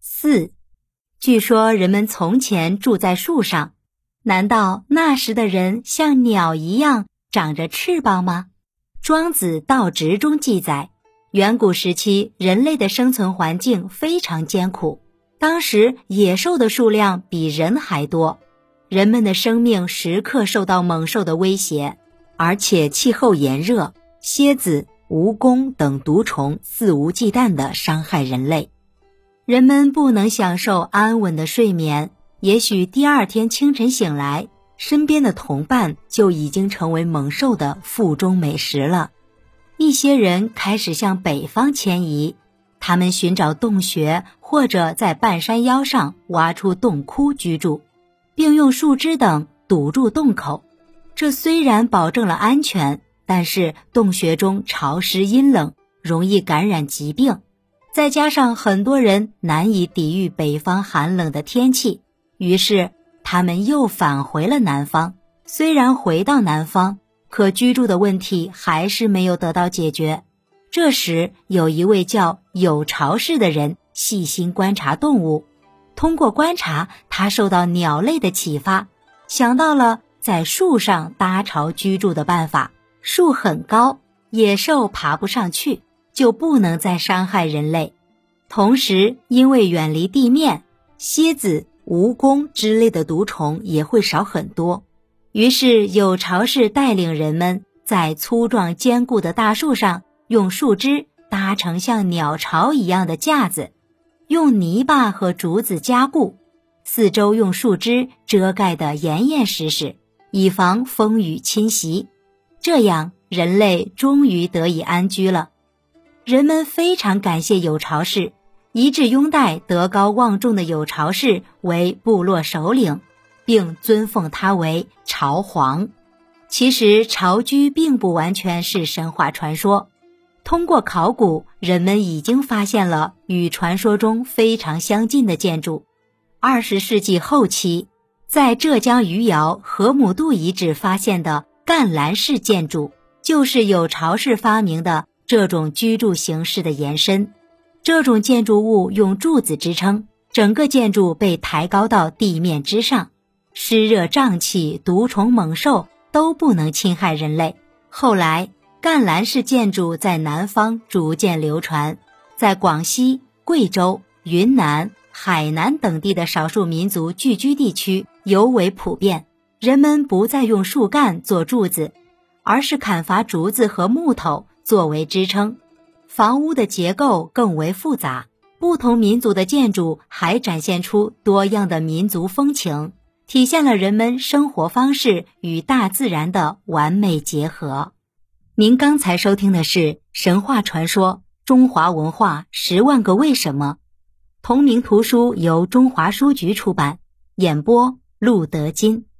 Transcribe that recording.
4. 据说人们从前住在树上，难道那时的人像鸟一样长着翅膀吗？庄子道直中记载，远古时期人类的生存环境非常艰苦，当时野兽的数量比人还多，人们的生命时刻受到猛兽的威胁，而且气候炎热，蝎子、蜈蚣等毒虫肆无忌惮地伤害人类。人们不能享受安稳的睡眠，也许第二天清晨醒来，身边的同伴就已经成为猛兽的腹中美食了。一些人开始向北方迁移，他们寻找洞穴或者在半山腰上挖出洞窟居住，并用树枝等堵住洞口。这虽然保证了安全，但是洞穴中潮湿阴冷，容易感染疾病。再加上很多人难以抵御北方寒冷的天气，于是他们又返回了南方。虽然回到南方，可居住的问题还是没有得到解决。这时有一位叫有巢氏的人细心观察动物，通过观察，他受到鸟类的启发，想到了在树上搭巢居住的办法。树很高，野兽爬不上去，就不能再伤害人类。同时因为远离地面，蝎子、蜈蚣之类的毒虫也会少很多。于是有巢氏带领人们在粗壮坚固的大树上用树枝搭成像鸟巢一样的架子，用泥巴和竹子加固，四周用树枝遮盖得严严实实，以防风雨侵袭。这样人类终于得以安居了。人们非常感谢有巢氏，一致拥戴德高望重的有巢氏为部落首领，并尊奉他为巢皇。其实巢居并不完全是神话传说，通过考古，人们已经发现了与传说中非常相近的建筑。20世纪后期，在浙江余姚河姆渡遗址发现的干栏式建筑，就是有巢氏发明的这种居住形式的延伸。这种建筑物用柱子支撑，整个建筑被抬高到地面之上，湿热瘴气、毒虫猛兽都不能侵害人类。后来干栏式建筑在南方逐渐流传，在广西、贵州、云南、海南等地的少数民族聚居地区尤为普遍。人们不再用树干做柱子，而是砍伐竹子和木头作为支撑。房屋的结构更为复杂，不同民族的建筑还展现出多样的民族风情，体现了人们生活方式与大自然的完美结合。您刚才收听的是神话传说中华文化10万个为什么，同名图书由中华书局出版，演播陆德金。